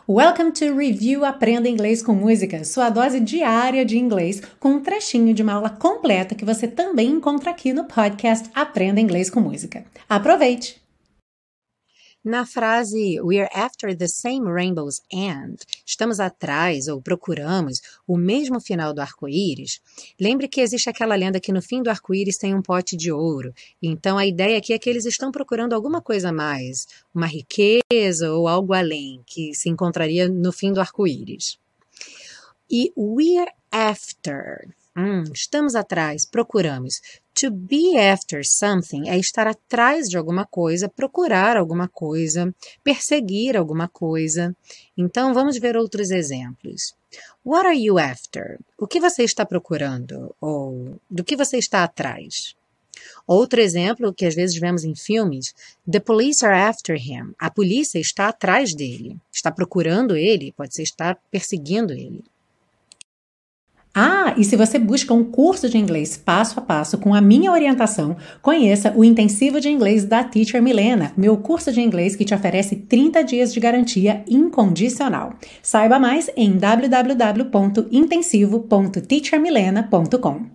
Welcome to Review Aprenda Inglês com Música, sua dose diária de inglês, com um trechinho de uma aula completa que você também encontra aqui no podcast Aprenda Inglês com Música. Aproveite! Na frase "We're after the same rainbows and", estamos atrás ou procuramos o mesmo final do arco-íris, lembre que existe aquela lenda que no fim do arco-íris tem um pote de ouro. Então a ideia aqui é que eles estão procurando alguma coisa a mais, uma riqueza ou algo além, que se encontraria no fim do arco-íris. E we're after, estamos atrás, procuramos. To be after something é estar atrás de alguma coisa, procurar alguma coisa, perseguir alguma coisa. Então, vamos ver outros exemplos. What are you after? O que você está procurando? Ou do que você está atrás? Outro exemplo que às vezes vemos em filmes, the police are after him. A polícia está atrás dele, está procurando ele, pode ser estar perseguindo ele. E se você busca um curso de inglês passo a passo com a minha orientação, conheça o Intensivo de Inglês da Teacher Milena, meu curso de inglês que te oferece 30 dias de garantia incondicional. Saiba mais em www.intensivo.teachermilena.com.